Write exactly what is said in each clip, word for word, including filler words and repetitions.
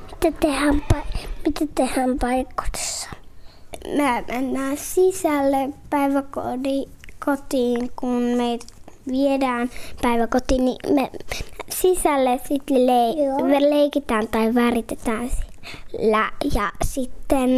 Mitä tehdään, mitä tehdään päiväkodissa? Me mennään sisälle päiväkotiin, kun meitä viedään päiväkotiin, niin me sisälle sitten le- leikitään tai väritetään sillä. Ja sitten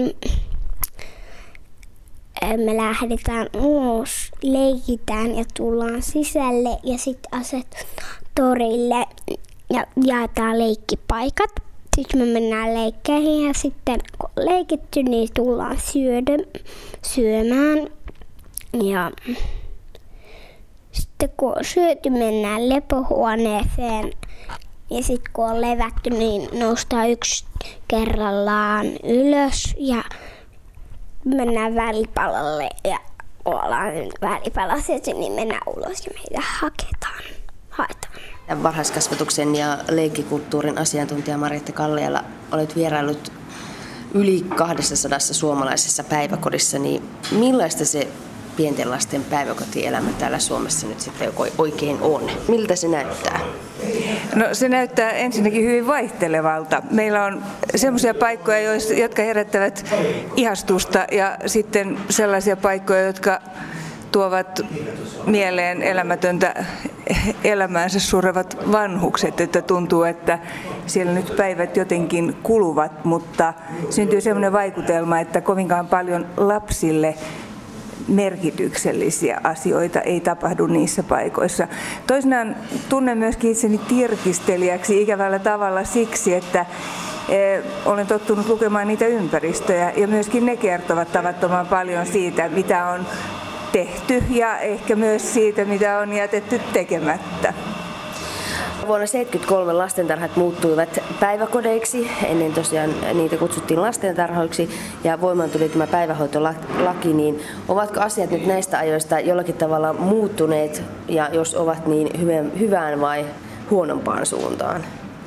me lähdetään ulos, leikitään ja tullaan sisälle ja sitten asetutaan torille ja jaetaan leikkipaikat. Sitten me mennään leikkeihin ja sitten kun on leikitty, niin tullaan syödä, syömään. Ja sitten kun on syöty, mennään lepohuoneeseen. Ja sitten kun on levätty, niin noustaan yksi kerrallaan ylös ja mennään välipalalle. Ja ollaan välipalassa, niin mennään ulos ja meitä haketaan, haetaan. Varhaiskasvatuksen ja leikkikulttuurin asiantuntija Marjatta Kallajala, olet vierailut yli kaksisataa suomalaisessa päiväkodissa, niin millaista se pienten lasten päiväkotielämä täällä Suomessa nyt sitten oikein on? Miltä se näyttää? No se näyttää ensinnäkin hyvin vaihtelevalta. Meillä on sellaisia paikkoja, jotka herättävät ihastusta ja sitten sellaisia paikkoja, jotka tuovat mieleen elämätöntä elämäänsä surevat vanhukset, että tuntuu, että siellä nyt päivät jotenkin kuluvat, mutta syntyy sellainen vaikutelma, että kovinkaan paljon lapsille merkityksellisiä asioita ei tapahdu niissä paikoissa. Toisinaan tunnen myöskin itseni tirkistelijäksi ikävällä tavalla siksi, että olen tottunut lukemaan niitä ympäristöjä ja myöskin ne kertovat tavattoman paljon siitä, mitä on tehty ja ehkä myös siitä, mitä on jätetty tekemättä. Vuonna tuhatyhdeksänsataaseitsemänkymmentäkolme lastentarhat muuttuivat päiväkodeiksi, ennen tosiaan niitä kutsuttiin lastentarhoiksi ja voimaan tuli tämä päivähoitolaki, niin ovatko asiat nyt näistä ajoista jollakin tavalla muuttuneet ja jos ovat, niin hyvään vai huonompaan suuntaan?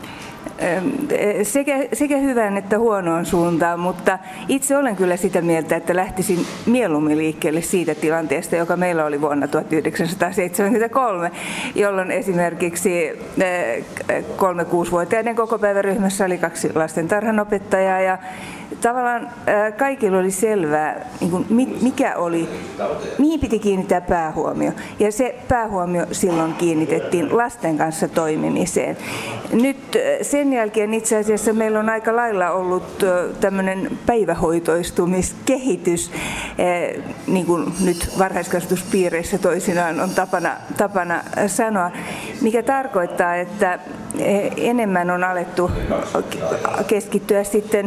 Sekä, sekä hyvään että huonoon suuntaan, mutta itse olen kyllä sitä mieltä, että lähtisin mieluummin liikkeelle siitä tilanteesta, joka meillä oli vuonna tuhatyhdeksänsataaseitsemänkymmentäkolme, jolloin esimerkiksi kolme-kuusi-vuotiaiden kokopäiväryhmässä oli kaksi lastentarhanopettajaa ja tavallaan kaikilla oli selvää, mikä oli, mihin piti kiinnittää päähuomio. Ja se päähuomio silloin kiinnitettiin lasten kanssa toimimiseen. Nyt sen jälkeen itse asiassa meillä on aika lailla ollut tämmöinen päivähoitoistumiskehitys, niin kuin nyt varhaiskasvatuspiireissä toisinaan on tapana, tapana sanoa, mikä tarkoittaa, että enemmän on alettu keskittyä sitten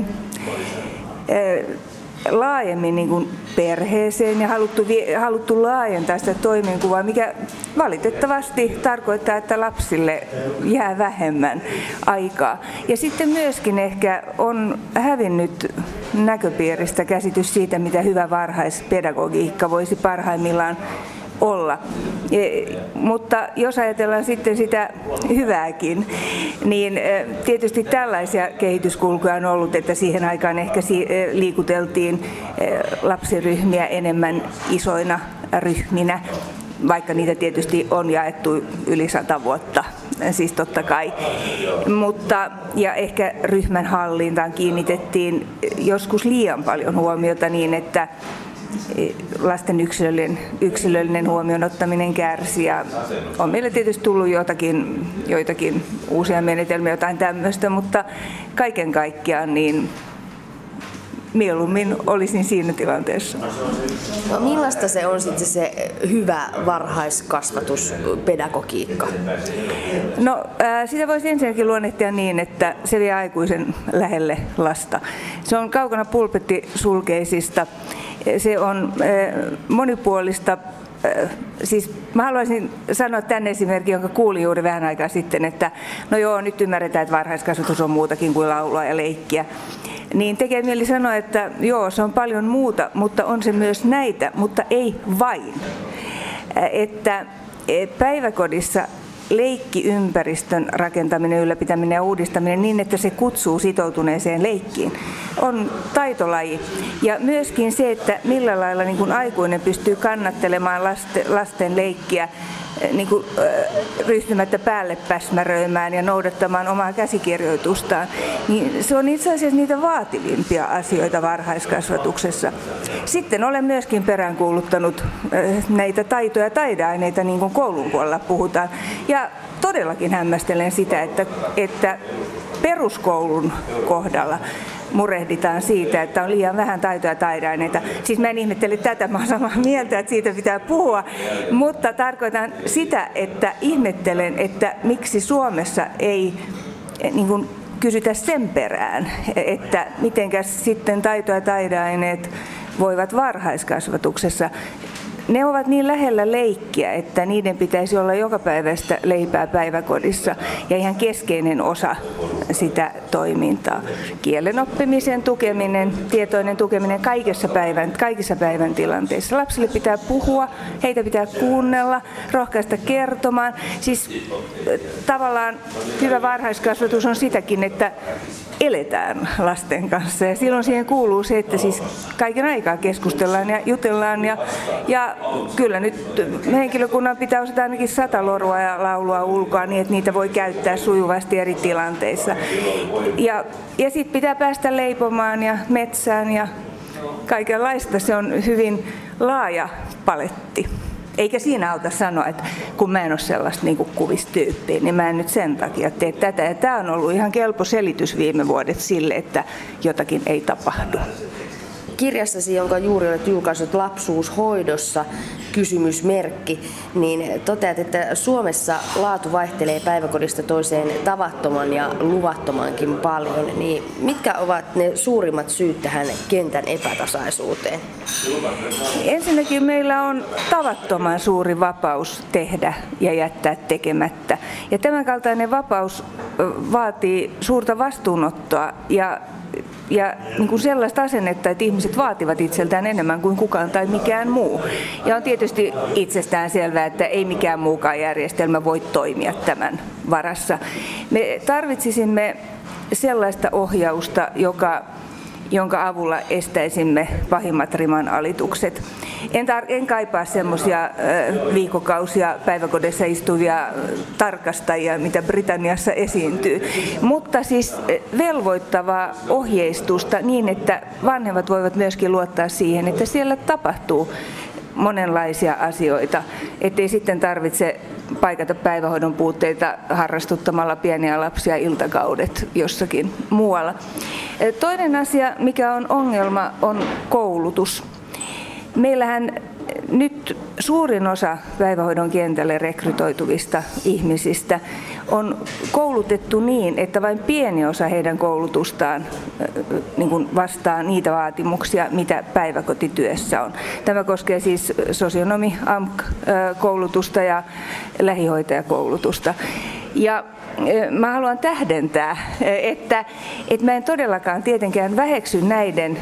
laajemmin niin kuin perheeseen ja haluttu, haluttu laajentaa sitä toimenkuvaa, mikä valitettavasti tarkoittaa, että lapsille jää vähemmän aikaa. Ja sitten myöskin ehkä on hävinnyt näköpiiristä käsitys siitä, mitä hyvä varhaispedagogiikka voisi parhaimmillaan olla. E, mutta jos ajatellaan sitten sitä hyvääkin, niin tietysti tällaisia kehityskulkuja on ollut, että siihen aikaan ehkä liikuteltiin lapsiryhmiä enemmän isoina ryhminä, vaikka niitä tietysti on jaettu yli sata vuotta, siis totta kai. Mutta, ja ehkä ryhmän hallintaan kiinnitettiin joskus liian paljon huomiota niin, että lasten yksilöllinen, yksilöllinen huomioon ottaminen kärsi ja on meillä tietysti tullut jotakin, joitakin uusia menetelmiä, jotain tämmöistä, mutta kaiken kaikkiaan niin mieluummin olisin siinä tilanteessa. No, millaista se on sitten se hyvä varhaiskasvatuspedagogiikka? No äh, sitä voisi ensinnäkin luonnehtia niin, että se vie aikuisen lähelle lasta. Se on kaukana pulpettisulkeisista. Se on monipuolista, siis mä haluaisin sanoa tämän esimerkin, jonka kuulin juuri vähän aikaa sitten, että no joo, nyt ymmärretään, että varhaiskasvatus on muutakin kuin laulua ja leikkiä. Niin tekee mieli sanoa, että joo, se on paljon muuta, mutta on se myös näitä, mutta ei vain. Että päiväkodissa leikkiympäristön rakentaminen, ylläpitäminen ja uudistaminen niin, että se kutsuu sitoutuneeseen leikkiin, on taitolaji. Ja myöskin se, että millä lailla niin kuin aikuinen pystyy kannattelemaan lasten, lasten leikkiä niin kuin, ryhtymättä päälle päsmäröimään ja noudattamaan omaa käsikirjoitustaan, niin se on itse asiassa niitä vaativimpia asioita varhaiskasvatuksessa. Sitten olen myöskin peräänkuuluttanut näitä taitoja ja taideaineita, niin kuin koulun puolella puhutaan. Ja todellakin hämmästelen sitä, että, että peruskoulun kohdalla murehditaan siitä, että on liian vähän taitoja ja taideaineita. Siis mä en ihmettele tätä, mä olen samaa mieltä, että siitä pitää puhua, mutta tarkoitan sitä, että ihmettelen, että miksi Suomessa ei niin kuin kysytä sen perään, että mitenkäs sitten taito- ja taideaineet voivat varhaiskasvatuksessa. Ne ovat niin lähellä leikkiä, että niiden pitäisi olla jokapäiväistä leipää päiväkodissa ja ihan keskeinen osa sitä toimintaa. Kielen oppimisen tukeminen, tietoinen tukeminen kaikissa päivän, kaikissa päivän tilanteissa. Lapsille pitää puhua, heitä pitää kuunnella, rohkaista kertomaan. Siis tavallaan hyvä varhaiskasvatus on sitäkin, että eletään lasten kanssa ja silloin siihen kuuluu se, että siis kaiken aikaa keskustellaan ja jutellaan ja, ja kyllä nyt henkilökunnan pitää osata ainakin sata lorua ja laulua ulkoa niin, että niitä voi käyttää sujuvasti eri tilanteissa. Ja, ja sitten pitää päästä leipomaan ja metsään ja kaikenlaista. Se on hyvin laaja paletti. Eikä siinä auta sanoa, että kun mä en ole sellaista niin kuin kuvistyyppiä, niin mä en nyt sen takia tee tätä. Ja tämä on ollut ihan kelpo selitys viime vuodet sille, että jotakin ei tapahdu. Kirjassasi, jonka juuri olet julkaissut Lapsuushoidossa, kysymysmerkki, niin toteat, että Suomessa laatu vaihtelee päiväkodista toiseen tavattoman ja luvattomankin paljon. Niin mitkä ovat ne suurimmat syyt tähän kentän epätasaisuuteen? Ensinnäkin meillä on tavattoman suuri vapaus tehdä ja jättää tekemättä. Ja tämän kaltainen vapaus vaatii suurta vastuunottoa ja Ja niin kuin sellaista asennetta, että ihmiset vaativat itseltään enemmän kuin kukaan tai mikään muu. Ja on tietysti itsestään selvää, että ei mikään muukaan järjestelmä voi toimia tämän varassa. Me tarvitsisimme sellaista ohjausta, joka, jonka avulla estäisimme pahimmat riman alitukset. En, tar- en kaipaa semmoisia viikkokausia päiväkodissa istuvia tarkastajia, mitä Britanniassa esiintyy, mutta siis velvoittavaa ohjeistusta niin, että vanhemmat voivat myöskin luottaa siihen, että siellä tapahtuu monenlaisia asioita, ettei sitten tarvitse paikata päivähoidon puutteita harrastuttamalla pieniä lapsia iltakaudet jossakin muualla. Toinen asia, mikä on ongelma, on koulutus. Meillähän nyt suurin osa päivähoidon kentälle rekrytoituvista ihmisistä on koulutettu niin, että vain pieni osa heidän koulutustaan niin kuin vastaa niitä vaatimuksia, mitä päiväkotityössä on. Tämä koskee siis sosionomi, A M K-koulutusta ja lähihoitajakoulutusta. Ja mä haluan tähdentää, että, että mä en todellakaan tietenkään väheksy näiden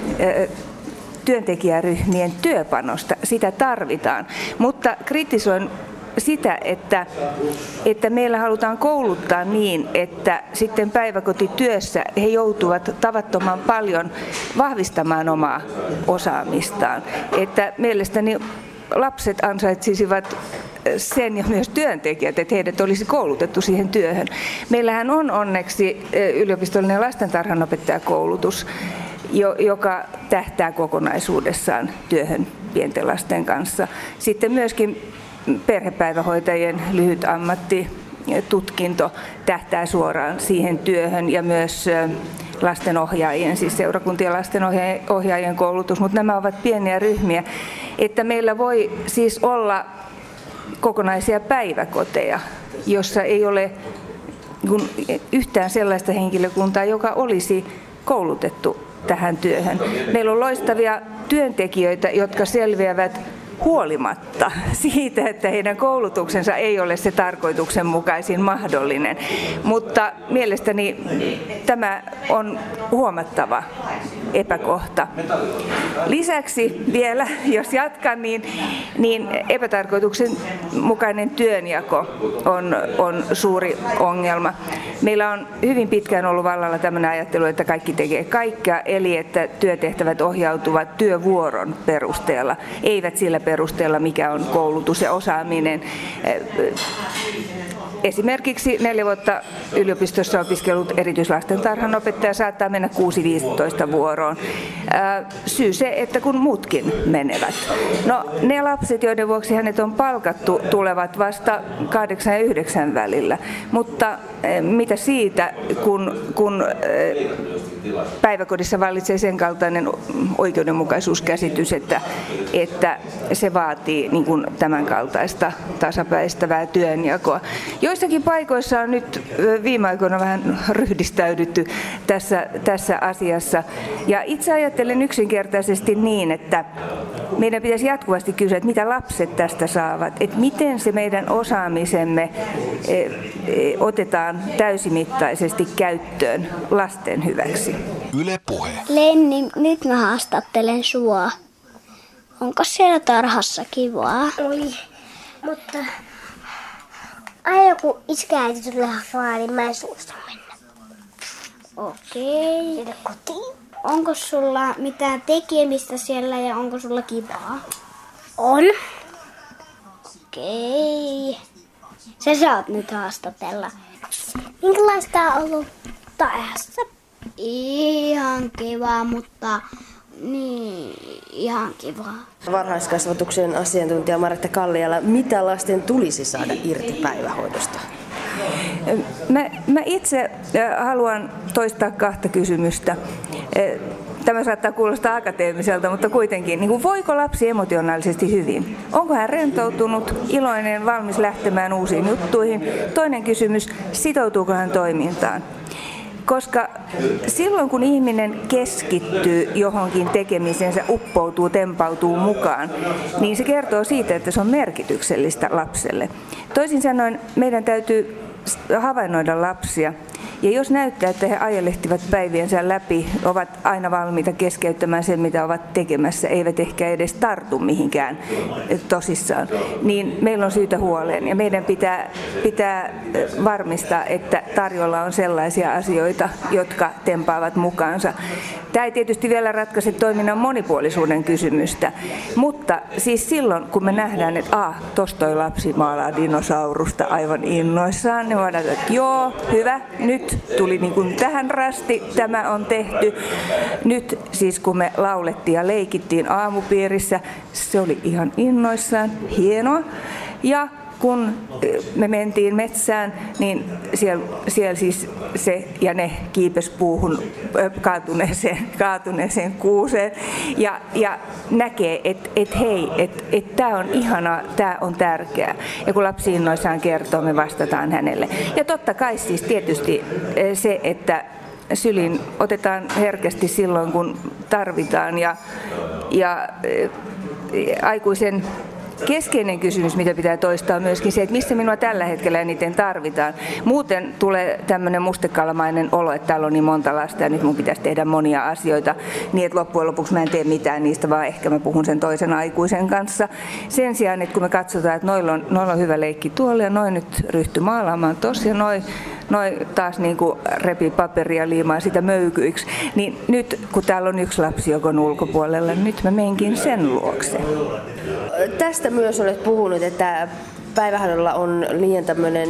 työntekijäryhmien työpanosta, sitä tarvitaan, mutta kritisoin sitä, että, että meillä halutaan kouluttaa niin, että sitten päiväkotityössä he joutuvat tavattoman paljon vahvistamaan omaa osaamistaan. Että mielestäni lapset ansaitsisivat sen ja myös työntekijät, että heidät olisi koulutettu siihen työhön. Meillähän on onneksi yliopistollinen lastentarhanopettajakoulutus, joka tähtää kokonaisuudessaan työhön pienten lasten kanssa. Sitten myöskin perhepäivähoitajien lyhyt ammattitutkinto tähtää suoraan siihen työhön ja myös lastenohjaajien, siis seurakuntien lastenohjaajien koulutus, mutta nämä ovat pieniä ryhmiä, että meillä voi siis olla kokonaisia päiväkoteja, jossa ei ole yhtään sellaista henkilökuntaa, joka olisi koulutettu tähän työhön. Meillä on loistavia työntekijöitä, jotka selviävät huolimatta siitä, että heidän koulutuksensa ei ole se tarkoituksenmukaisin mahdollinen. Mutta mielestäni tämä on huomattava epäkohta. Lisäksi vielä, jos jatkan, niin, niin epätarkoituksenmukainen työnjako on, on suuri ongelma. Meillä on hyvin pitkään ollut vallalla tämmöinen ajattelu, että kaikki tekee kaikkea, eli että työtehtävät ohjautuvat työvuoron perusteella, eivät sillä perusteella, mikä on koulutus ja osaaminen. Esimerkiksi neljä vuotta yliopistossa opiskellut erityislastentarhanopettaja saattaa mennä kuusi viisitoista vuoroon. Syy se, että kun muutkin menevät. No ne lapset, joiden vuoksi hänet on palkattu, tulevat vasta kahdeksan ja yhdeksän välillä. Mutta mitä siitä, kun, kun päiväkodissa vallitsee sen kaltainen oikeudenmukaisuuskäsitys, että, että se vaatii niin kuin tämän kaltaista tasapäistävää työnjakoa. Joissakin paikoissa on nyt viime aikoina vähän ryhdistäydytty tässä, tässä asiassa. Ja itse ajattelen yksinkertaisesti niin, että meidän pitäisi jatkuvasti kysyä, että mitä lapset tästä saavat, että miten se meidän osaamisemme otetaan täysimittaisesti käyttöön lasten hyväksi. Yle Puhe. Lenni, nyt mä haastattelen sua. Onko siellä tarhassa kivaa? Oli, mutta aina kun iskä-äiti tulee hakemaan, niin mä en suostu mennä. Okei. Sinne kotiin. Onko sulla mitään tekemistä siellä ja onko sulla kivaa? On. Okei. Sä saat nyt haastatella. Minkälaista on ollut tarhassa? Ihan kivaa, mutta niin, ihan kivaa. Varhaiskasvatuksen asiantuntija Maretta Kalliala, mitä lasten tulisi saada irti päivähoidosta? Mä, mä itse haluan toistaa kahta kysymystä. Tämä saattaa kuulostaa akateemiselta, mutta kuitenkin, niin kuin, voiko lapsi emotionaalisesti hyvin? Onko hän rentoutunut, iloinen, valmis lähtemään uusiin juttuihin? Toinen kysymys, sitoutuuko hän toimintaan? Koska silloin kun ihminen keskittyy johonkin tekemisensä, uppoutuu, tempautuu mukaan, niin se kertoo siitä, että se on merkityksellistä lapselle. Toisin sanoen meidän täytyy havainnoida lapsia. Ja jos näyttää, että he ajelehtivat päiviensä läpi, ovat aina valmiita keskeyttämään sen, mitä ovat tekemässä, eivät ehkä edes tartu mihinkään tosissaan, niin meillä on syytä huoleen. Ja meidän pitää, pitää varmistaa, että tarjolla on sellaisia asioita, jotka tempaavat mukaansa. Tämä ei tietysti vielä ratkaise toiminnan monipuolisuuden kysymystä, mutta siis silloin, kun me nähdään, että ah, tossa toi lapsi maalaa dinosaurusta aivan innoissaan, niin voidaan, että joo, hyvä, nyt tuli niin kuin tähän rasti, tämä on tehty. Nyt siis kun me laulettiin ja leikittiin aamupiirissä, se oli ihan innoissaan, hienoa. Ja kun me mentiin metsään, niin siellä, siellä siis se ja ne kiipesi puuhun kaatuneeseen, kaatuneeseen kuuseen ja, ja näkee, että et hei, että et tämä on ihanaa, tämä on tärkeää. Ja kun lapsi innoissaan kertoo, me vastataan hänelle. Ja totta kai siis tietysti se, että sylin otetaan herkästi silloin, kun tarvitaan ja, ja aikuisen keskeinen kysymys, mitä pitää toistaa, on myöskin se, että missä minua tällä hetkellä eniten tarvitaan. Muuten tulee tämmöinen mustekalmainen olo, että täällä on niin monta lasta ja nyt mun pitäisi tehdä monia asioita niin, että loppujen lopuksi mä en tee mitään niistä, vaan ehkä mä puhun sen toisen aikuisen kanssa. Sen sijaan, että kun me katsotaan, että noilla on, noilla on hyvä leikki tuolla ja noin nyt ryhtyy maalaamaan tossa ja noin Noi taas niin kuin repii paperia liimaa sitä möykyiksi, niin nyt kun täällä on yksi lapsi, joka on ulkopuolella, niin nyt mä menkin sen luokse. Tästä myös olet puhunut, että päivähoidolla on liian tämmöinen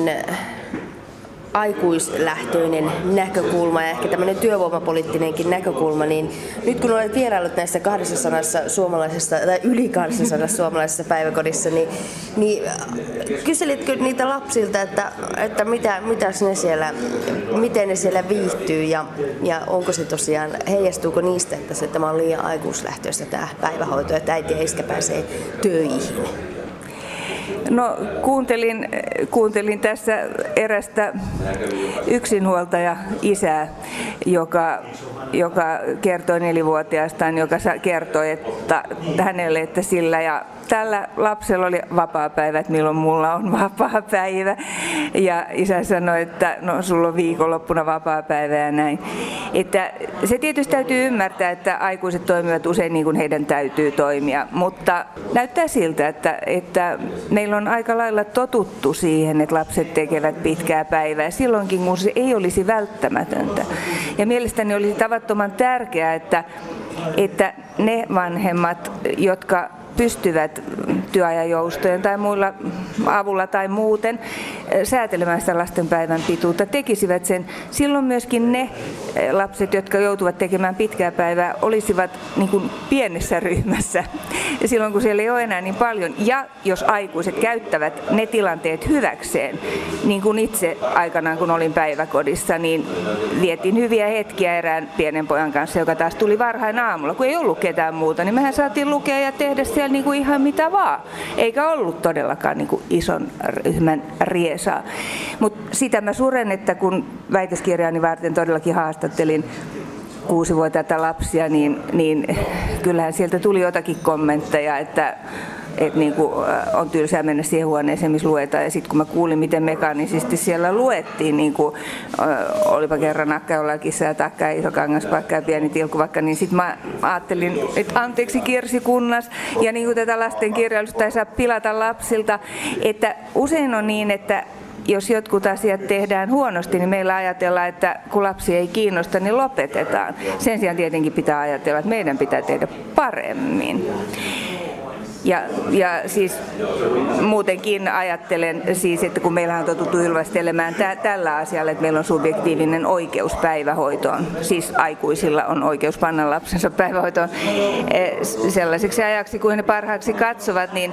aikuislähtöinen näkökulma ja ehkä tämmöinen työvoimapoliittinenkin näkökulma, niin nyt kun olet vieraillut näissä kahdessasadassa suomalaisessa tai yli kahdessasadassa suomalaisessa päiväkodissa, niin, niin kyselitkö niitä lapsilta, että, että mitä, mitä ne siellä, miten ne siellä viihtyy ja, ja onko se tosiaan, heijastuuko niistä, että se, tämä on liian aikuislähtöistä tämä päivähoito, että äiti ja iskä pääsee töihin? No kuuntelin, kuuntelin tässä erästä yksinhuoltaja isää, joka, joka kertoi nelivuotiaastaan, joka kertoi että hänelle, että sillä ja tällä lapsella oli vapaapäivä, että milloin mulla on vapaapäivä. Ja isä sanoi, että no sulla on viikonloppuna vapaapäivä ja näin. Että se tietysti täytyy ymmärtää, että aikuiset toimivat usein niin kuin heidän täytyy toimia, mutta näyttää siltä, että, että meillä on aika lailla totuttu siihen, että lapset tekevät pitkää päivää silloinkin, kun se ei olisi välttämätöntä. Ja mielestäni olisi tavattoman tärkeää, että, että ne vanhemmat, jotka pystyvät työajan joustojen tai muilla avulla tai muuten säätelemään sitä lastenpäivän pituutta, tekisivät sen. Silloin myöskin ne lapset, jotka joutuvat tekemään pitkää päivää, olisivat niin kuin pienessä ryhmässä. Ja silloin kun siellä ei ole enää niin paljon, ja jos aikuiset käyttävät ne tilanteet hyväkseen, niin kuin itse aikanaan kun olin päiväkodissa, niin vietin hyviä hetkiä erään pienen pojan kanssa, joka taas tuli varhain aamulla, kun ei ollut ketään muuta, niin mehän saatiin lukea ja tehdä siellä niin kuin ihan mitä vaan, eikä ollut todellakaan niin kuin ison ryhmän riesaa. Mutta sitä mä suren, että kun väitöskirjaani varten todellakin haastattelin kuusivuotiaita lapsia, niin, niin kyllähän sieltä tuli jotakin kommentteja, että että niin kuin on tylsää mennä siihen huoneeseen, missä luetaan. Ja sitten kun mä kuulin, miten mekaanisesti siellä luettiin, niin kuin olipa kerran akka jollain kissa ja takka ja iso kangaspakka ja pieni tilkuvakka, niin sitten mä ajattelin, että anteeksi Kirsi Kunnas, ja niin kuin tätä lasten kirjallisuutta ei saa pilata lapsilta, että usein on niin, että jos jotkut asiat tehdään huonosti, niin meillä ajatellaan, että kun lapsi ei kiinnosta, niin lopetetaan. Sen sijaan tietenkin pitää ajatella, että meidän pitää tehdä paremmin. Ja, ja siis muutenkin ajattelen, siis, että kun meillä on totuttu ylvästelemään tä, tällä asialla, että meillä on subjektiivinen oikeus päivähoitoon, siis aikuisilla on oikeus panna lapsensa päivähoitoon sellaiseksi ajaksi, kuin he parhaaksi katsovat, niin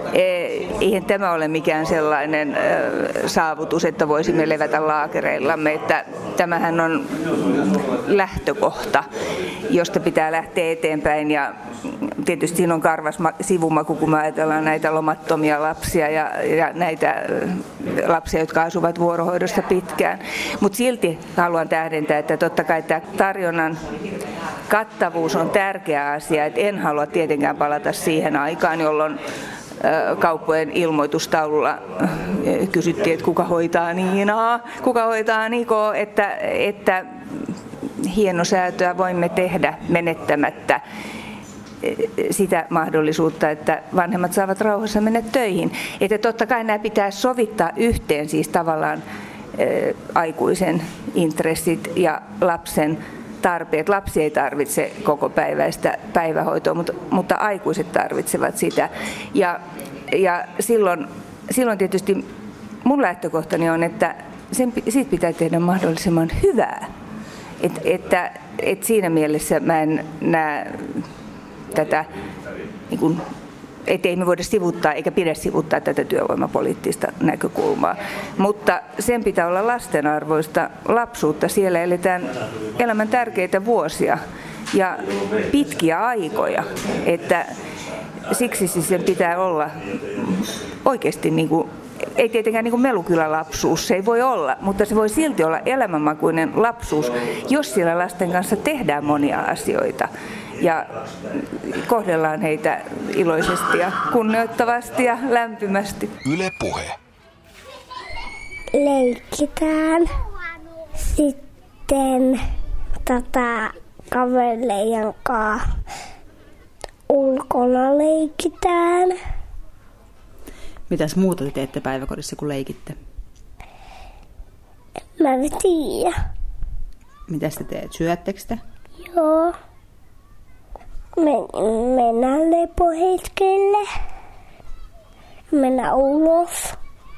eihän tämä ole mikään sellainen saavutus, että voisimme levätä laakereillamme, että tämähän on lähtökohta, josta pitää lähteä eteenpäin, ja tietysti siinä on karvas sivumaku, kun me ajatellaan näitä lomattomia lapsia ja, ja näitä lapsia, jotka asuvat vuorohoidossa pitkään. Mutta silti haluan tähdentää, että totta kai tämä tarjonnan kattavuus on tärkeä asia. Et en halua tietenkään palata siihen aikaan, jolloin kauppojen ilmoitustaululla kysyttiin, että kuka hoitaa Niinaa, kuka hoitaa Nikoa, että, että hienosäätöä voimme tehdä menettämättä sitä mahdollisuutta, että vanhemmat saavat rauhassa mennä töihin. Että totta kai nämä pitää sovittaa yhteen, siis tavallaan ä, aikuisen intressit ja lapsen tarpeet. Lapsi ei tarvitse kokopäiväistä päivähoitoa, mutta, mutta aikuiset tarvitsevat sitä. Ja, ja silloin, silloin tietysti mun lähtökohtani on, että sen, siitä pitää tehdä mahdollisimman hyvää. Et, että, et siinä mielessä mä en näe tätä, niin kuin, ettei me voida sivuttaa eikä pidä sivuttaa tätä työvoimapoliittista näkökulmaa. Mutta sen pitää olla lastenarvoista lapsuutta. Siellä eletään elämän tärkeitä vuosia ja pitkiä aikoja. Että siksi siis sen pitää olla oikeasti, niin kuin, ei tietenkään niin kuin melukylälapsuus, se ei voi olla, mutta se voi silti olla elämänmakuinen lapsuus, jos siellä lasten kanssa tehdään monia asioita. Ja kohdellaan heitä iloisesti ja kunnioittavasti ja lämpimästi. Yle Puhe. Leikitään. Sitten tota, kavereiden kanssa ulkona leikitään. Mitäs muuta te teette päiväkodissa, kun leikitte? Mä en tiedä. Mitäs te teet? Syöttekö te? Joo. Mennään lepohetkelle. Mennään ulos.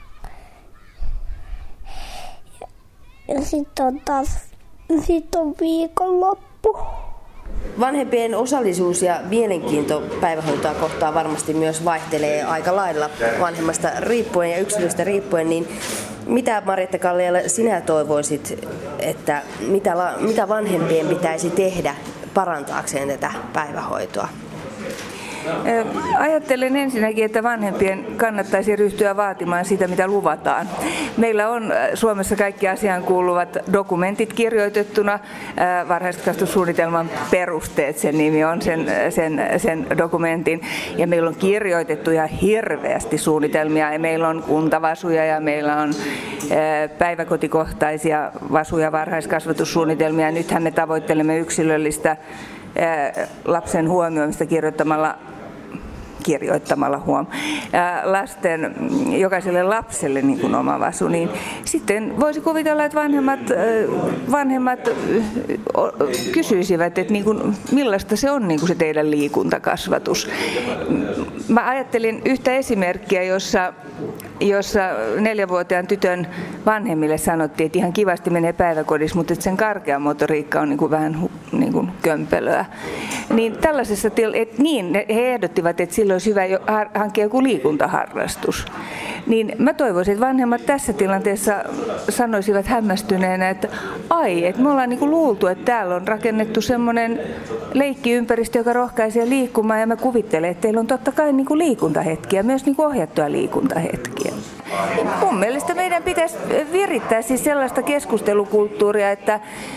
Ja sitten on taas sit on viikonloppu. Vanhempien osallisuus ja mielenkiinto päivähoitoa kohtaan varmasti myös vaihtelee aika lailla vanhemmasta riippuen ja yksilöstä riippuen. Niin mitä, Marjatta Kalliala, sinä toivoisit, että mitä, mitä vanhempien pitäisi tehdä parantaakseen tätä päivähoitoa? Ajattelen ensinnäkin, että vanhempien kannattaisi ryhtyä vaatimaan sitä, mitä luvataan. Meillä on Suomessa kaikki asiaan kuuluvat dokumentit kirjoitettuna. Varhaiskasvatussuunnitelman perusteet, sen nimi on sen, sen, sen dokumentin. Ja meillä on kirjoitettu ihan hirveästi suunnitelmia. Ja meillä on kuntavasuja ja meillä on päiväkotikohtaisia vasuja, varhaiskasvatussuunnitelmia. Nythän me tavoittelemme yksilöllistä lapsen huomioimista kirjoittamalla kirjoittamalla huom, lasten, jokaiselle lapselle niin kuin oma vasu, niin sitten voisi kuvitella, että vanhemmat, vanhemmat kysyisivät, että niin kuin, millaista se on niin kuin se teidän liikuntakasvatus. Mä ajattelin yhtä esimerkkiä, jossa jossa neljävuotiaan tytön vanhemmille sanottiin, että ihan kivasti menee päiväkodissa, mutta että sen karkea motoriikka on niin kuin vähän niin kuin kömpelöä. Niin tällaisessa til- että niin, he ehdottivat, että silloin olisi hyvä hankkia joku liikuntaharrastus. Niin mä toivoisin, että vanhemmat tässä tilanteessa sanoisivat hämmästyneenä, että ai, että me ollaan niin kuin luultu, että täällä on rakennettu semmoinen leikkiympäristö, joka rohkaisee liikkumaan, ja mä kuvittelen, että teillä on totta kai niin kuin liikuntahetkiä, myös niin kuin ohjattuja liikuntahetkiä. Mun mielestä meidän pitäisi virittää siis sellaista keskustelukulttuuria, että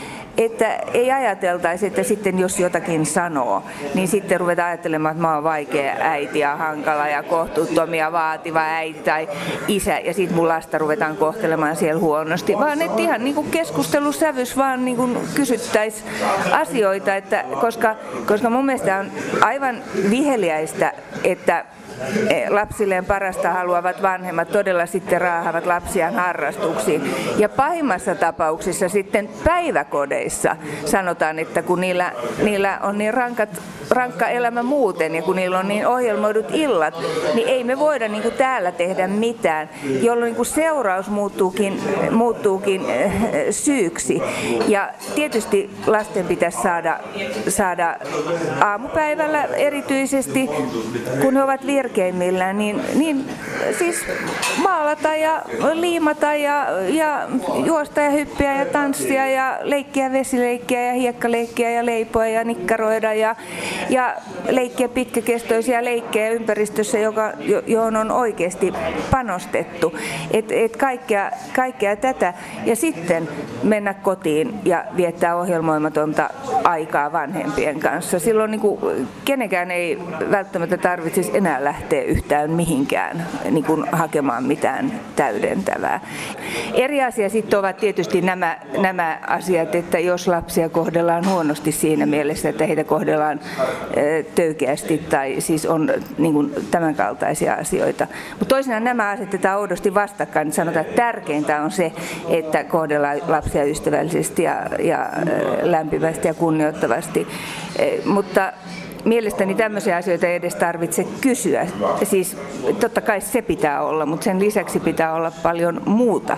Että ei ajateltaisi, että sitten jos jotakin sanoo, niin sitten ruvetaan ajattelemaan, että mä oon vaikea äiti ja hankala ja kohtuuttomia vaativa äiti tai isä, ja sitten mun lasta ruvetaan kohtelemaan siellä huonosti. Vaan että ihan niin kuin keskustelusävys vaan niin kuin kysyttäisiin asioita, että koska, koska mun mielestä on aivan viheliäistä, että lapsilleen parasta haluavat vanhemmat todella sitten raahavat lapsiaan harrastuksiin. Ja pahimmassa tapauksessa sitten päiväkodeissa sanotaan, että kun niillä, niillä on niin rankat, rankka elämä muuten ja kun niillä on niin ohjelmoidut illat, niin ei me voida niin kuin täällä tehdä mitään, jolloin niin kuin seuraus muuttuukin, muuttuukin syyksi. Ja tietysti lasten pitäisi saada, saada aamupäivällä erityisesti, kun he ovat virkeimmillään, niin, niin siis maalata ja liimata ja, ja juosta ja hyppiä ja tanssia ja leikkiä vesileikkiä ja hiekkaleikkiä ja leipoa ja nikkaroida ja, ja leikkiä pitkäkestoisia leikkejä ympäristössä, joka, johon on oikeasti panostettu. Et, et kaikkea, kaikkea tätä ja sitten mennä kotiin ja viettää ohjelmoimatonta aikaa vanhempien kanssa. Silloin niin kuin kenenkään ei välttämättä tarvitsisi enää lähteä yhtään mihinkään niin kuin hakemaan mitään täydentävää. Eri asia sitten ovat tietysti nämä, nämä asiat, että jos lapsia kohdellaan huonosti siinä mielessä, että heitä kohdellaan töykeästi tai siis on niin kuin tämän kaltaisia asioita. Mutta toisinaan nämä asetetaan oudosti vastakkain. Sanotaan, että tärkeintä on se, että kohdellaan lapsia ystävällisesti ja, ja lämpimästi ja kunnioittavasti. Mutta mielestäni tämmöisiä asioita ei edes tarvitse kysyä. Siis totta kai se pitää olla, mutta sen lisäksi pitää olla paljon muuta.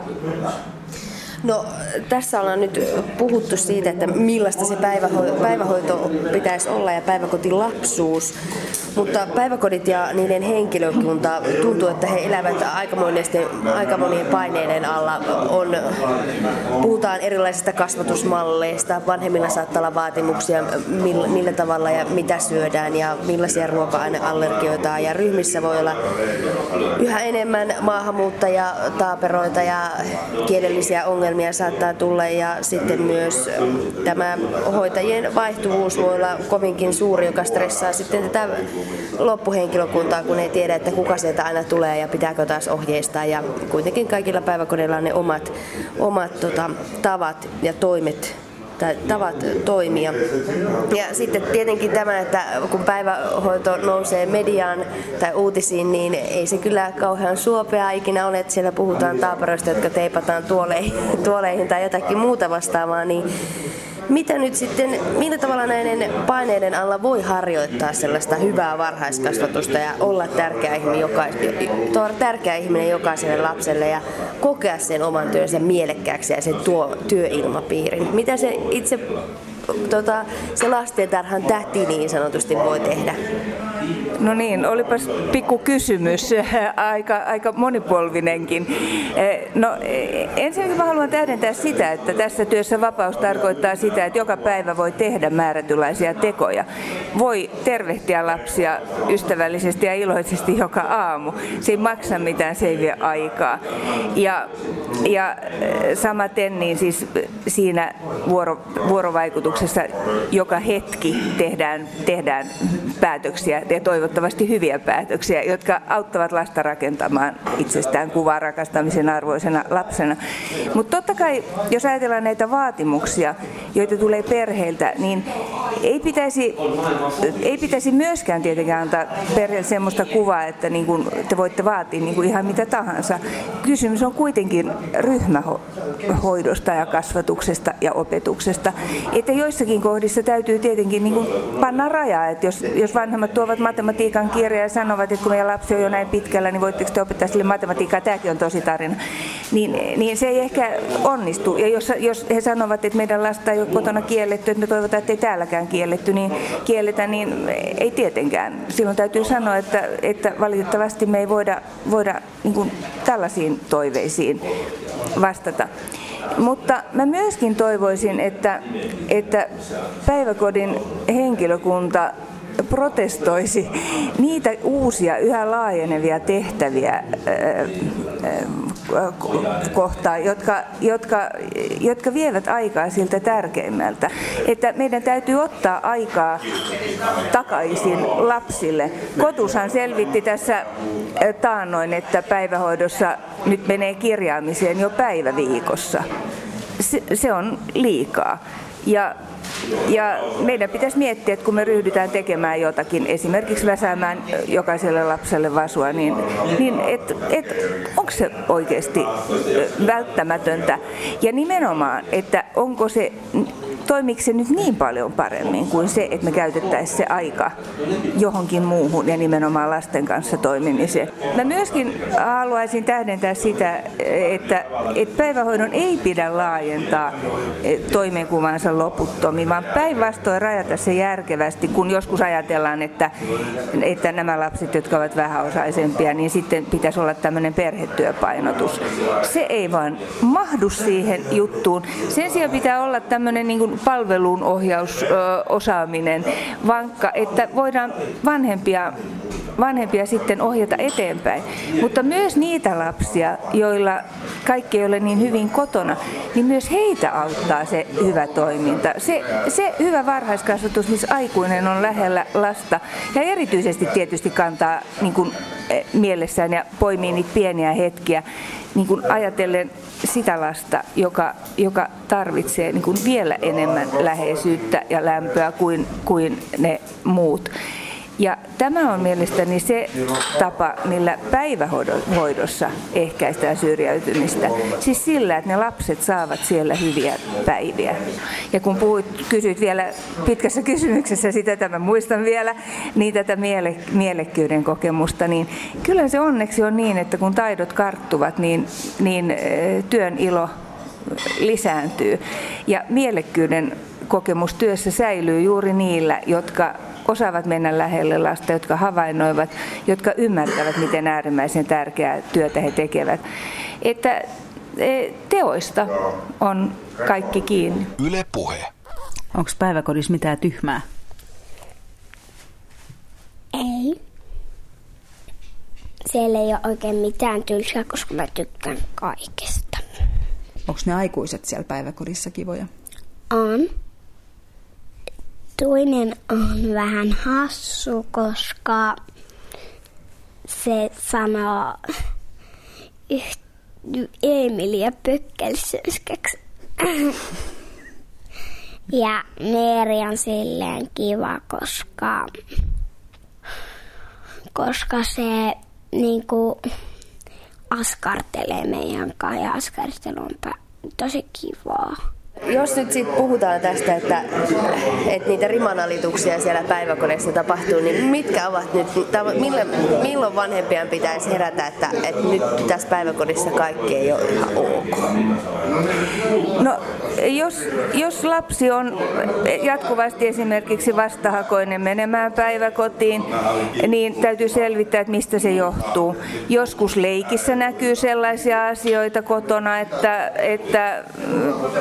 No tässä ollaan nyt puhuttu siitä, että millaista se päiväho- päivähoito pitäisi olla ja päiväkotilapsuus. Mutta päiväkodit ja niiden henkilökunta tuntuu, että he elävät aika monien paineiden alla. On, puhutaan erilaisista kasvatusmalleista, vanhemmilla saattaa olla vaatimuksia millä, millä tavalla ja mitä syödään ja millaisia ruoka-aineallergioita on. Ja ryhmissä voi olla yhä enemmän maahanmuuttajataaperoita ja kielellisiä ongelmia saattaa tulla. Ja sitten myös tämä hoitajien vaihtuvuus voi olla kovinkin suuri, joka stressaa sitten tätä loppuhenkilökuntaa, kun ei tiedä, että kuka sieltä aina tulee ja pitääkö taas ohjeistaa. Ja kuitenkin kaikilla päiväkodeilla on ne omat, omat tota, tavat ja toimet, tai tavat toimia. Ja sitten tietenkin tämä, että kun päivähoito nousee mediaan tai uutisiin, niin ei se kyllä kauhean suopeaa ikinä ole, että siellä puhutaan taaperoista, jotka teipataan tuoleihin, tuoleihin tai jotakin muuta vastaavaa, niin mitä nyt sitten, millä tavalla näiden paineiden alla voi harjoittaa sellaista hyvää varhaiskasvatusta ja olla tärkeä ihminen, joka, tärkeä ihminen jokaiselle lapselle ja kokea sen oman työnsä mielekkääksi ja sen tuo työilmapiirin? Mitä se itse tota, se lastentarhan tähti niin sanotusti voi tehdä? No niin, olipas pikku kysymys, aika, aika monipolvinenkin. No ensinnäkin mä haluan tähdentää sitä, että tässä työssä vapaus tarkoittaa sitä, että joka päivä voi tehdä määrätynlaisia tekoja. Voi tervehtiä lapsia ystävällisesti ja iloisesti joka aamu. Se ei maksa mitään, se ei vie aikaa. Ja, ja samaten niin siis siinä vuoro, vuorovaikutuksessa joka hetki tehdään, tehdään päätöksiä ja toivottavasti toivottavasti hyviä päätöksiä, jotka auttavat lasta rakentamaan itsestään kuvaa rakastamisen arvoisena lapsena. Mutta totta kai, jos ajatellaan näitä vaatimuksia, joita tulee perheiltä, niin ei pitäisi, ei pitäisi myöskään tietenkään antaa perheelle sellaista kuvaa, että niin kun te voitte vaatia niin kun ihan mitä tahansa. Kysymys on kuitenkin ryhmähoidosta ja kasvatuksesta ja opetuksesta. Että joissakin kohdissa täytyy tietenkin niin kun panna rajaa, että jos, jos vanhemmat tuovat matematiikan kirjaa ja sanovat, että kun meidän lapsi on jo näin pitkällä, niin voitteko te opettaa sille matematiikkaa, tämäkin on tosi tarina, niin, niin se ei ehkä onnistu. Ja jos, jos he sanovat, että meidän lasta ei ole kotona kielletty, että me toivotaan, että ei täälläkään kielletty, niin kielletä, niin ei tietenkään. Silloin täytyy sanoa, että, että valitettavasti me ei voida, voida niin kuin tällaisiin toiveisiin vastata. Mutta mä myöskin toivoisin, että, että päiväkodin henkilökunta protestoisi niitä uusia, yhä laajenevia tehtäviä kohtaan, jotka, jotka, jotka vievät aikaa siltä tärkeimmältä. Että meidän täytyy ottaa aikaa takaisin lapsille. Kotushan selvitti tässä taannoin, että päivähoidossa nyt menee kirjaamiseen jo päivä viikossa. Se, se on liikaa. Ja Ja meidän pitäisi miettiä, että kun me ryhdytään tekemään jotakin, esimerkiksi väsäämään jokaiselle lapselle vasua, niin, niin et, et, onko se oikeasti välttämätöntä? Ja nimenomaan, että onko se, toimiko se nyt niin paljon paremmin kuin se, että me käytettäisiin se aika johonkin muuhun ja nimenomaan lasten kanssa toimimiseen. Mä myöskin haluaisin tähdentää sitä, että, että päivähoidon ei pidä laajentaa toimenkuvansa loputtomiin, vaan päinvastoin rajata se järkevästi, kun joskus ajatellaan, että, että nämä lapset, jotka ovat vähäosaisempia, niin sitten pitäisi olla tämmöinen perhetyöpainotus. Se ei vaan mahdu siihen juttuun. Sen sijaan pitää olla tämmöinen niin kuin palvelun ohjausosaaminen vankka, että voidaan vanhempia vanhempia sitten ohjata eteenpäin. Mutta myös niitä lapsia, joilla kaikki ei ole niin hyvin kotona, niin myös heitä auttaa se hyvä toiminta. Se, se hyvä varhaiskasvatus, missä aikuinen on lähellä lasta ja erityisesti tietysti kantaa niin kuin mielessään ja poimii niitä pieniä hetkiä niin kuin ajatellen sitä lasta, joka, joka tarvitsee niin kuin vielä enemmän läheisyyttä ja lämpöä kuin, kuin ne muut. Ja tämä on mielestäni se tapa, millä päivähoidossa ehkäistään syrjäytymistä. Siis sillä, että ne lapset saavat siellä hyviä päiviä. Ja kun puhuit, kysyit vielä pitkässä kysymyksessä sitä, että mä muistan vielä, niin tätä miele, mielekkyyden kokemusta, niin kyllä se onneksi on niin, että kun taidot karttuvat, niin, niin työn ilo lisääntyy. Ja mielekkyyden kokemus työssä säilyy juuri niillä, jotka osaavat mennä lähelle lasta, jotka havainnoivat, jotka ymmärtävät, miten äärimmäisen tärkeää työtä he tekevät. Että teoista on kaikki kiinni. Yle Puhe. Onko päiväkodissa mitään tyhmää? Ei. Siellä ei ole oikein mitään tylsää, koska mä tykkään kaikesta. Onko ne aikuiset siellä päiväkodissa kivoja? On. Toinen on vähän hassu, koska se sanoo Emilia Pökkelsönskäksi. Ja Meeri on silleen kiva, koska, koska se niinku askartelee meidän kanssa ja askartelu on tosi kivaa. Jos nyt sitten puhutaan tästä, että, että niitä rimanalituksia siellä päiväkodeissa tapahtuu, niin mitkä ovat nyt, milloin, milloin vanhempien pitäisi herätä, että, että nyt tässä päiväkodissa kaikki ei ole ihan ok? No, jos, jos lapsi on jatkuvasti esimerkiksi vastahakoinen menemään päiväkotiin, niin täytyy selvittää, että mistä se johtuu. Joskus leikissä näkyy sellaisia asioita kotona, että, että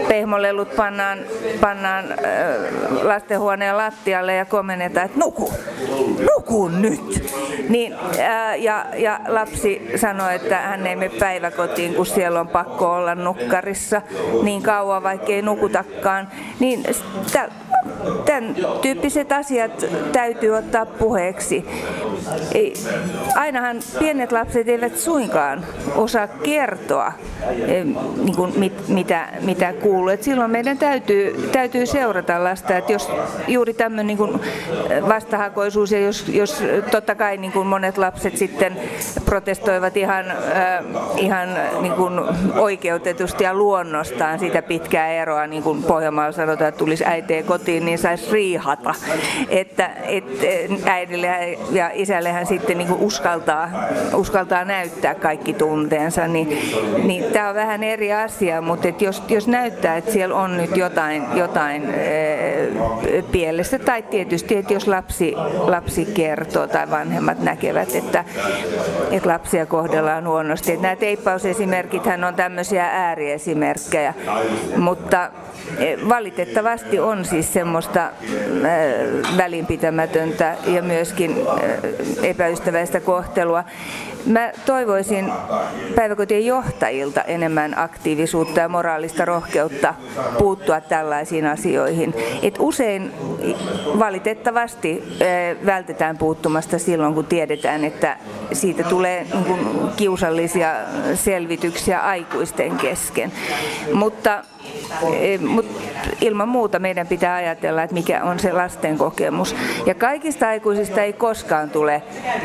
pehmolelut pannaan, pannaan lastenhuoneen lattialle ja komennetaan, että nuku, nuku nyt. Niin, ää, ja, ja lapsi sanoi, että hän ei mene päiväkotiin, kun siellä on pakko olla nukkarissa niin kauan, vaikka ei nukutakaan. Niin tämän tyyppiset asiat täytyy ottaa puheeksi. Ei, ainahan pienet lapset eivät suinkaan osaa kertoa, niin kuin mit, mitä, mitä kuuluu. Et silloin meidän täytyy, täytyy seurata lasta. Et jos juuri tämmöinen niin kuin vastahakoisuus, ja jos, jos totta kai niin kuin monet lapset sitten protestoivat ihan, äh, ihan niin kuin oikeutetusti ja luonnostaan sitä pitkää eroa, niin kuin Pohjanmaalla sanotaan, että tulisi äitiä kotiin, niin saisi riihata. Että et, äidille ja isällehän sitten niin kuin uskaltaa, uskaltaa näyttää kaikki tunteensa, niin, niin tämä on vähän eri asia, mutta et jos, jos näyttää, että siellä on nyt jotain, jotain e, pielessä, tai tietysti, että jos lapsi, lapsi kertoo tai vanhemmat näkevät, että, että lapsia kohdellaan huonosti. Että nämä teippausesimerkithän on tämmöisiä ääriesimerkkejä, mutta valitettavasti on siis semmoista välinpitämätöntä ja myöskin epäystäväistä kohtelua. Mä toivoisin päiväkotien johtajilta enemmän aktiivisuutta ja moraalista rohkeutta puuttua tällaisiin asioihin. Et usein valitettavasti vältetään puuttumasta silloin, kun tiedetään, että siitä tulee niin kuin kiusallisia selvityksiä aikuisten kesken. Mutta Mutta ilman muuta meidän pitää ajatella, että mikä on se lasten kokemus. Ja kaikista aikuisista ei koskaan tule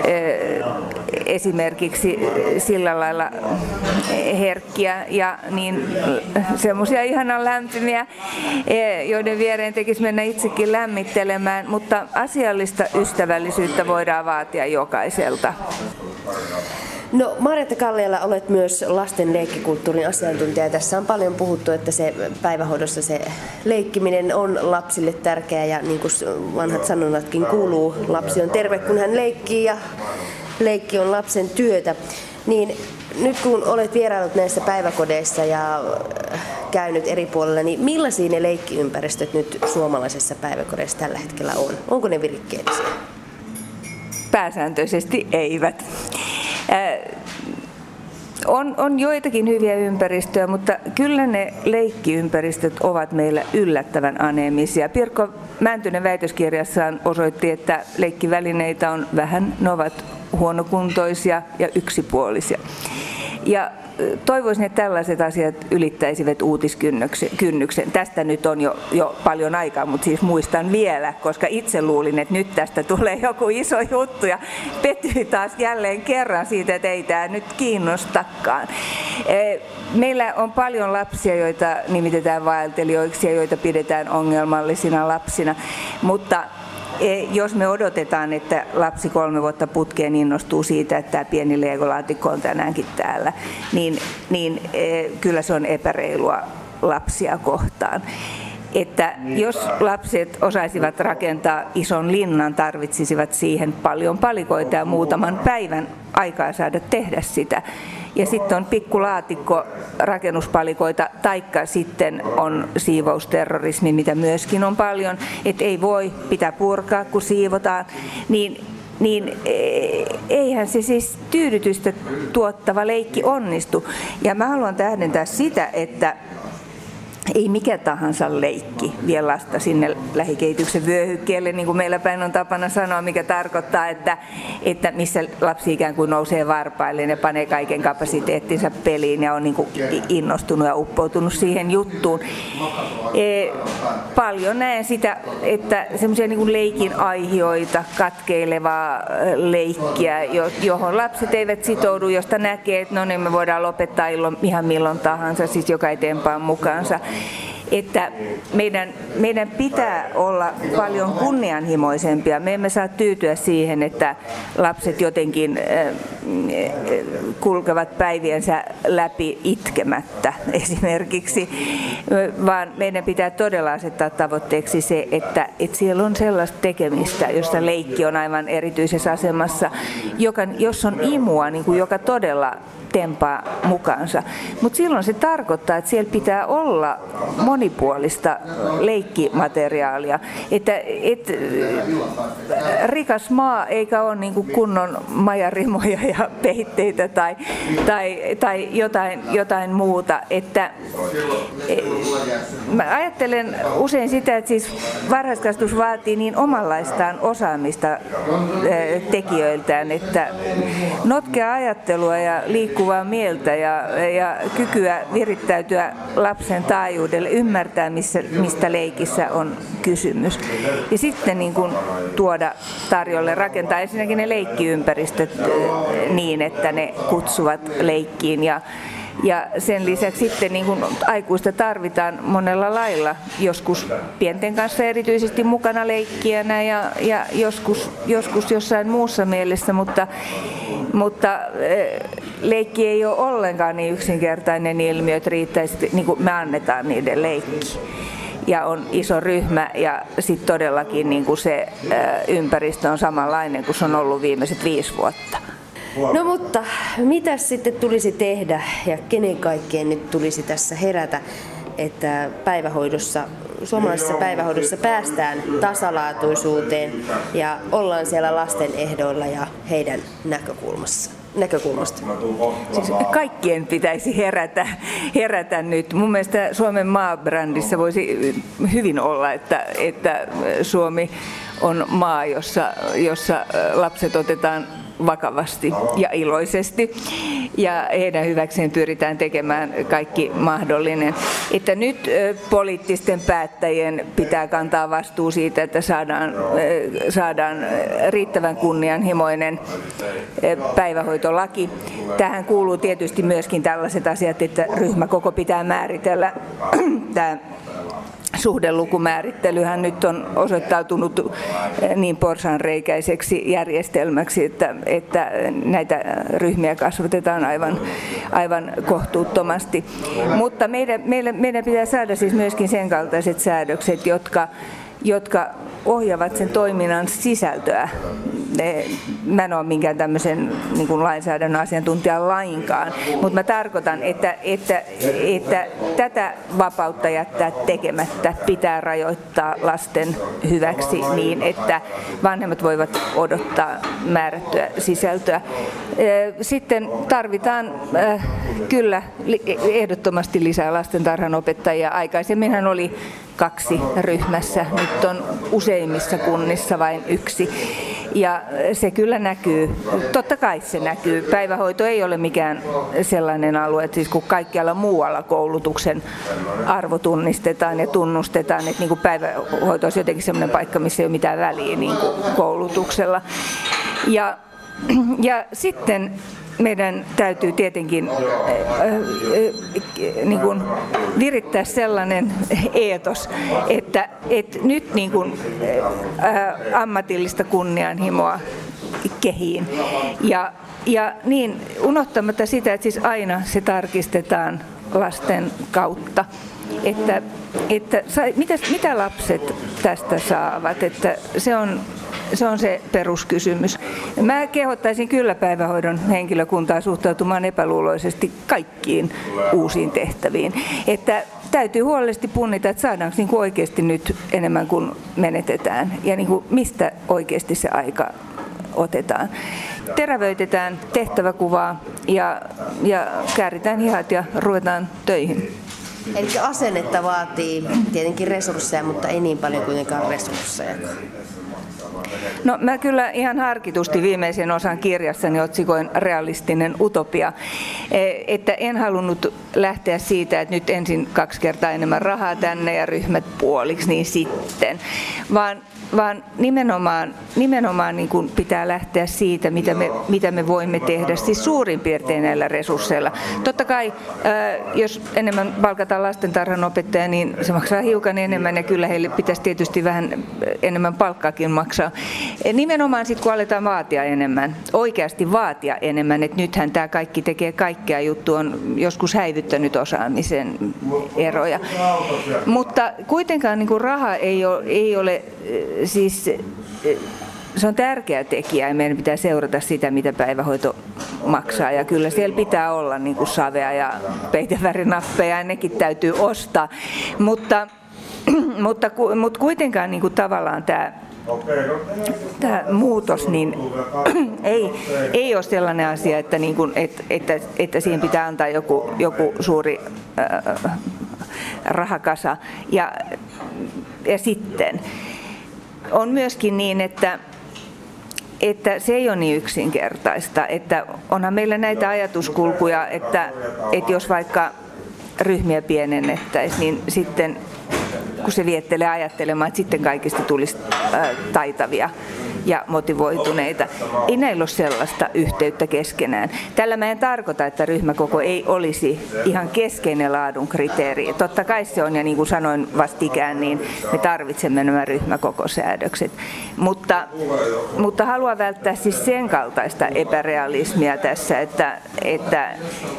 esimerkiksi sillä lailla herkkiä ja niin semmoisia ihanan lämpimiä, joiden viereen tekisi mennä itsekin lämmittelemään, mutta asiallista ystävällisyyttä voidaan vaatia jokaiselta. No, Marjatta Kalliala, olet myös lasten leikkikulttuurin asiantuntija. Tässä on paljon puhuttu, että se päivähoidossa se leikkiminen on lapsille tärkeää ja niin kuin vanhat sanonnatkin kuuluu, lapsi on terve kun hän leikkii ja leikki on lapsen työtä. Niin nyt kun olet vieraillut näissä päiväkodeissa ja käynyt eri puolilla, niin millaisia ne leikkiympäristöt nyt suomalaisessa päiväkodeissa tällä hetkellä on? Onko ne virikkeellisiä? Pääsääntöisesti eivät. On, on joitakin hyviä ympäristöjä, mutta kyllä ne leikkiympäristöt ovat meillä yllättävän aneemisia. Pirkko Mäntynen väitöskirjassaan osoitti, että leikkivälineitä on vähän, ne ovat huonokuntoisia ja yksipuolisia. Ja toivoisin, että tällaiset asiat ylittäisivät uutiskynnyksen. Tästä nyt on jo, jo paljon aikaa, mutta siis muistan vielä, koska itse luulin, että nyt tästä tulee joku iso juttu ja pettyi taas jälleen kerran siitä, että ei tämä nyt kiinnostakaan. Meillä on paljon lapsia, joita nimitetään vaeltelijoiksi ja joita pidetään ongelmallisina lapsina, mutta jos me odotetaan, että lapsi kolme vuotta putkeen innostuu siitä, että tämä pieni legolaatikko on tänäänkin täällä, niin, niin kyllä se on epäreilua lapsia kohtaan. Että jos lapset osaisivat rakentaa ison linnan, tarvitsisivat siihen paljon palikoita ja muutaman päivän aikaa saada tehdä sitä. Ja sitten on pikkulaatikko rakennuspalikoita, taikka sitten on siivousterrorismi, mitä myöskin on paljon, että ei voi, pitää purkaa, kun siivotaan, niin, niin eihän se siis tyydytystä tuottava leikki onnistu. Ja mä haluan tähdentää sitä, että ei mikä tahansa leikki vie lasta sinne lähikehityksen vyöhykkeelle, niin kuin meillä päin on tapana sanoa, mikä tarkoittaa, että, että missä lapsi ikään kuin nousee varpailleen ja panee kaiken kapasiteettinsa peliin ja on niin kuin innostunut ja uppoutunut siihen juttuun. E, paljon näen sitä, että semmoisia niin kuin leikin aihioita, katkeilevaa leikkiä, johon lapset eivät sitoudu, josta näkee, että no niin, me voidaan lopettaa ihan milloin tahansa, siis joka eteenpäin mukaansa. Että meidän, meidän pitää olla paljon kunnianhimoisempia. Me emme saa tyytyä siihen, että lapset jotenkin kulkevat päiviensä läpi itkemättä esimerkiksi, vaan meidän pitää todella asettaa tavoitteeksi se, että, että siellä on sellaista tekemistä, jossa leikki on aivan erityisessä asemassa, joka, jos on imua, niin kuin joka todella tempaa mukaansa. Mutta silloin se tarkoittaa, että siellä pitää olla monipuolista leikkimateriaalia. Että et, rikas maa eikä ole niinku kunnon majarimoja ja peitteitä tai, tai, tai jotain, jotain muuta. Että, et, mä ajattelen usein sitä, että siis varhaiskasvatus vaatii niin omanlaistaan osaamista tekijöiltään, että notkea ajattelua ja liikkuvaa mieltä ja, ja kykyä virittäytyä lapsen taajuudelle, ymmärtää missä, mistä leikissä on kysymys. Ja sitten niin kuin tuoda tarjolle, rakentaa ensinnäkin ne leikkiympäristöt niin, että ne kutsuvat leikkiin. Ja, ja sen lisäksi sitten niin kuin aikuista tarvitaan monella lailla, joskus pienten kanssa erityisesti mukana leikkijänä ja, ja joskus, joskus jossain muussa mielessä, mutta, mutta leikki ei ole ollenkaan niin yksinkertainen ilmiö, että riittäisi, niin kuin me annetaan niiden leikki. Ja on iso ryhmä ja sitten todellakin niin kuin se ympäristö on samanlainen kuin se on ollut viimeiset viisi vuotta. No mutta mitä sitten tulisi tehdä ja kenen kaikkeen nyt tulisi tässä herätä, että päivähoidossa, suomalaisessa päivähoidossa päästään tasalaatuisuuteen ja ollaan siellä lasten ehdoilla ja heidän näkökulmassa. näkökulmasta. Siis kaikkien pitäisi herätä, herätä nyt. Mun mielestä Suomen maabrändissä voisi hyvin olla, että, että Suomi on maa, jossa, jossa lapset otetaan vakavasti ja iloisesti ja heidän hyväkseen pyritään tekemään kaikki mahdollinen. Että nyt poliittisten päättäjien pitää kantaa vastuu siitä, että saadaan, saadaan riittävän kunnianhimoinen päivähoitolaki. Tähän kuuluu tietysti myöskin tällaiset asiat, että ryhmäkoko pitää määritellä. Tämä suhdelukumäärittelyhän nyt on osoittautunut niin porsaanreikäiseksi järjestelmäksi, että, että näitä ryhmiä kasvatetaan aivan, aivan kohtuuttomasti. Mutta meidän, meidän, meidän pitää saada siis myöskin sen kaltaiset säädökset, jotka, jotka ohjaavat sen toiminnan sisältöä. Mä en ole minkään tämmöisen niin kuin lainsäädännön asiantuntija lainkaan, mutta mä tarkoitan, että, että, että tätä vapautta jättää tekemättä pitää rajoittaa lasten hyväksi niin, että vanhemmat voivat odottaa määrättyä sisältöä. Sitten tarvitaan kyllä ehdottomasti lisää lastentarhanopettajia. Aikaisemminhan oli kaksi ryhmässä, nyt on useimmissa kunnissa vain yksi. Ja se kyllä näkyy, totta kai se näkyy. Päivähoito ei ole mikään sellainen alue, että siis kun kaikkialla muualla koulutuksen arvo tunnistetaan ja tunnustetaan, että niin kuin päivähoito olisi jotenkin sellainen paikka, missä ei ole mitään väliä niin kuin koulutuksella. Ja, ja sitten meidän täytyy tietenkin äh, äh, niin kuin virittää sellainen eetos, että, että nyt niin kuin, äh, ammatillista kunnianhimoa kehiin. Ja, ja niin unohtamatta sitä, että siis aina se tarkistetaan lasten kautta. Että, että mitä, mitä lapset tästä saavat, että se on, se on se peruskysymys. Mä kehottaisin kyllä päivähoidon henkilökuntaa suhtautumaan epäluuloisesti kaikkiin uusiin tehtäviin. Että täytyy huolellisesti punnita, että saadaanko niin kuin oikeasti nyt enemmän kuin menetetään ja niin kuin mistä oikeasti se aika otetaan. Terävöitetään tehtäväkuvaa ja, ja kääritään hihat ja ruvetaan töihin. Eli asennetta vaatii tietenkin resursseja, mutta ei niin paljon kuitenkaan resursseja. No mä kyllä ihan harkitusti viimeisen osan kirjassani otsikoin realistinen utopia, että en halunnut lähteä siitä, että nyt ensin kaksi kertaa enemmän rahaa tänne ja ryhmät puoliksi, niin sitten, vaan vaan nimenomaan, nimenomaan niin kuin pitää lähteä siitä, mitä me, mitä me voimme tehdä, siis suurin piirtein näillä resursseilla. Totta kai, jos enemmän palkataan lastentarhanopettajia, niin se maksaa hiukan enemmän ja kyllä heille pitäisi tietysti vähän enemmän palkkaakin maksaa. Nimenomaan sitten kun aletaan vaatia enemmän, oikeasti vaatia enemmän, että nythän tämä kaikki tekee kaikkea, juttu on joskus häivyttänyt osaamisen eroja. Mutta kuitenkaan niin kuin raha ei ole, ei ole siis... Se on tärkeä tekijä ja meidän pitää seurata sitä, mitä päivähoito maksaa. Ja kyllä siellä pitää olla niin kuin savea ja peitevärinappeja ja nekin täytyy ostaa. Mutta, mutta, mutta kuitenkaan niin kuin tavallaan tämä, tämä muutos niin ei, ei ole sellainen asia, että, niin kuin, että, että, että siihen pitää antaa joku, joku suuri äh, rahakasa. Ja, ja sitten on myöskin niin, että että se ei ole niin yksinkertaista, että onhan meillä näitä ajatuskulkuja, että, että jos vaikka ryhmiä pienennettäisiin, niin sitten kun se viettelee ajattelemaan, että sitten kaikista tulisi taitavia ja motivoituneita. Ei näillä ole sellaista yhteyttä keskenään. Tällä mä en tarkoita, että ryhmäkoko ei olisi ihan keskeinen laadun kriteeri. Totta kai se on, ja niin kuin sanoin vastikään, niin me tarvitsemme nämä ryhmäkokosäädökset. Mutta, mutta haluan välttää siis sen kaltaista epärealismia tässä, että, että,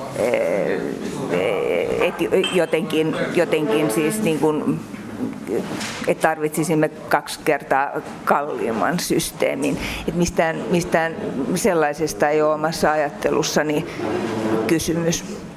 että jotenkin, jotenkin siis niin kuin että tarvitsisimme kaksi kertaa kalliimman systeemin. Että mistään, mistään sellaisesta ei ole omassa ajattelussani kysymys.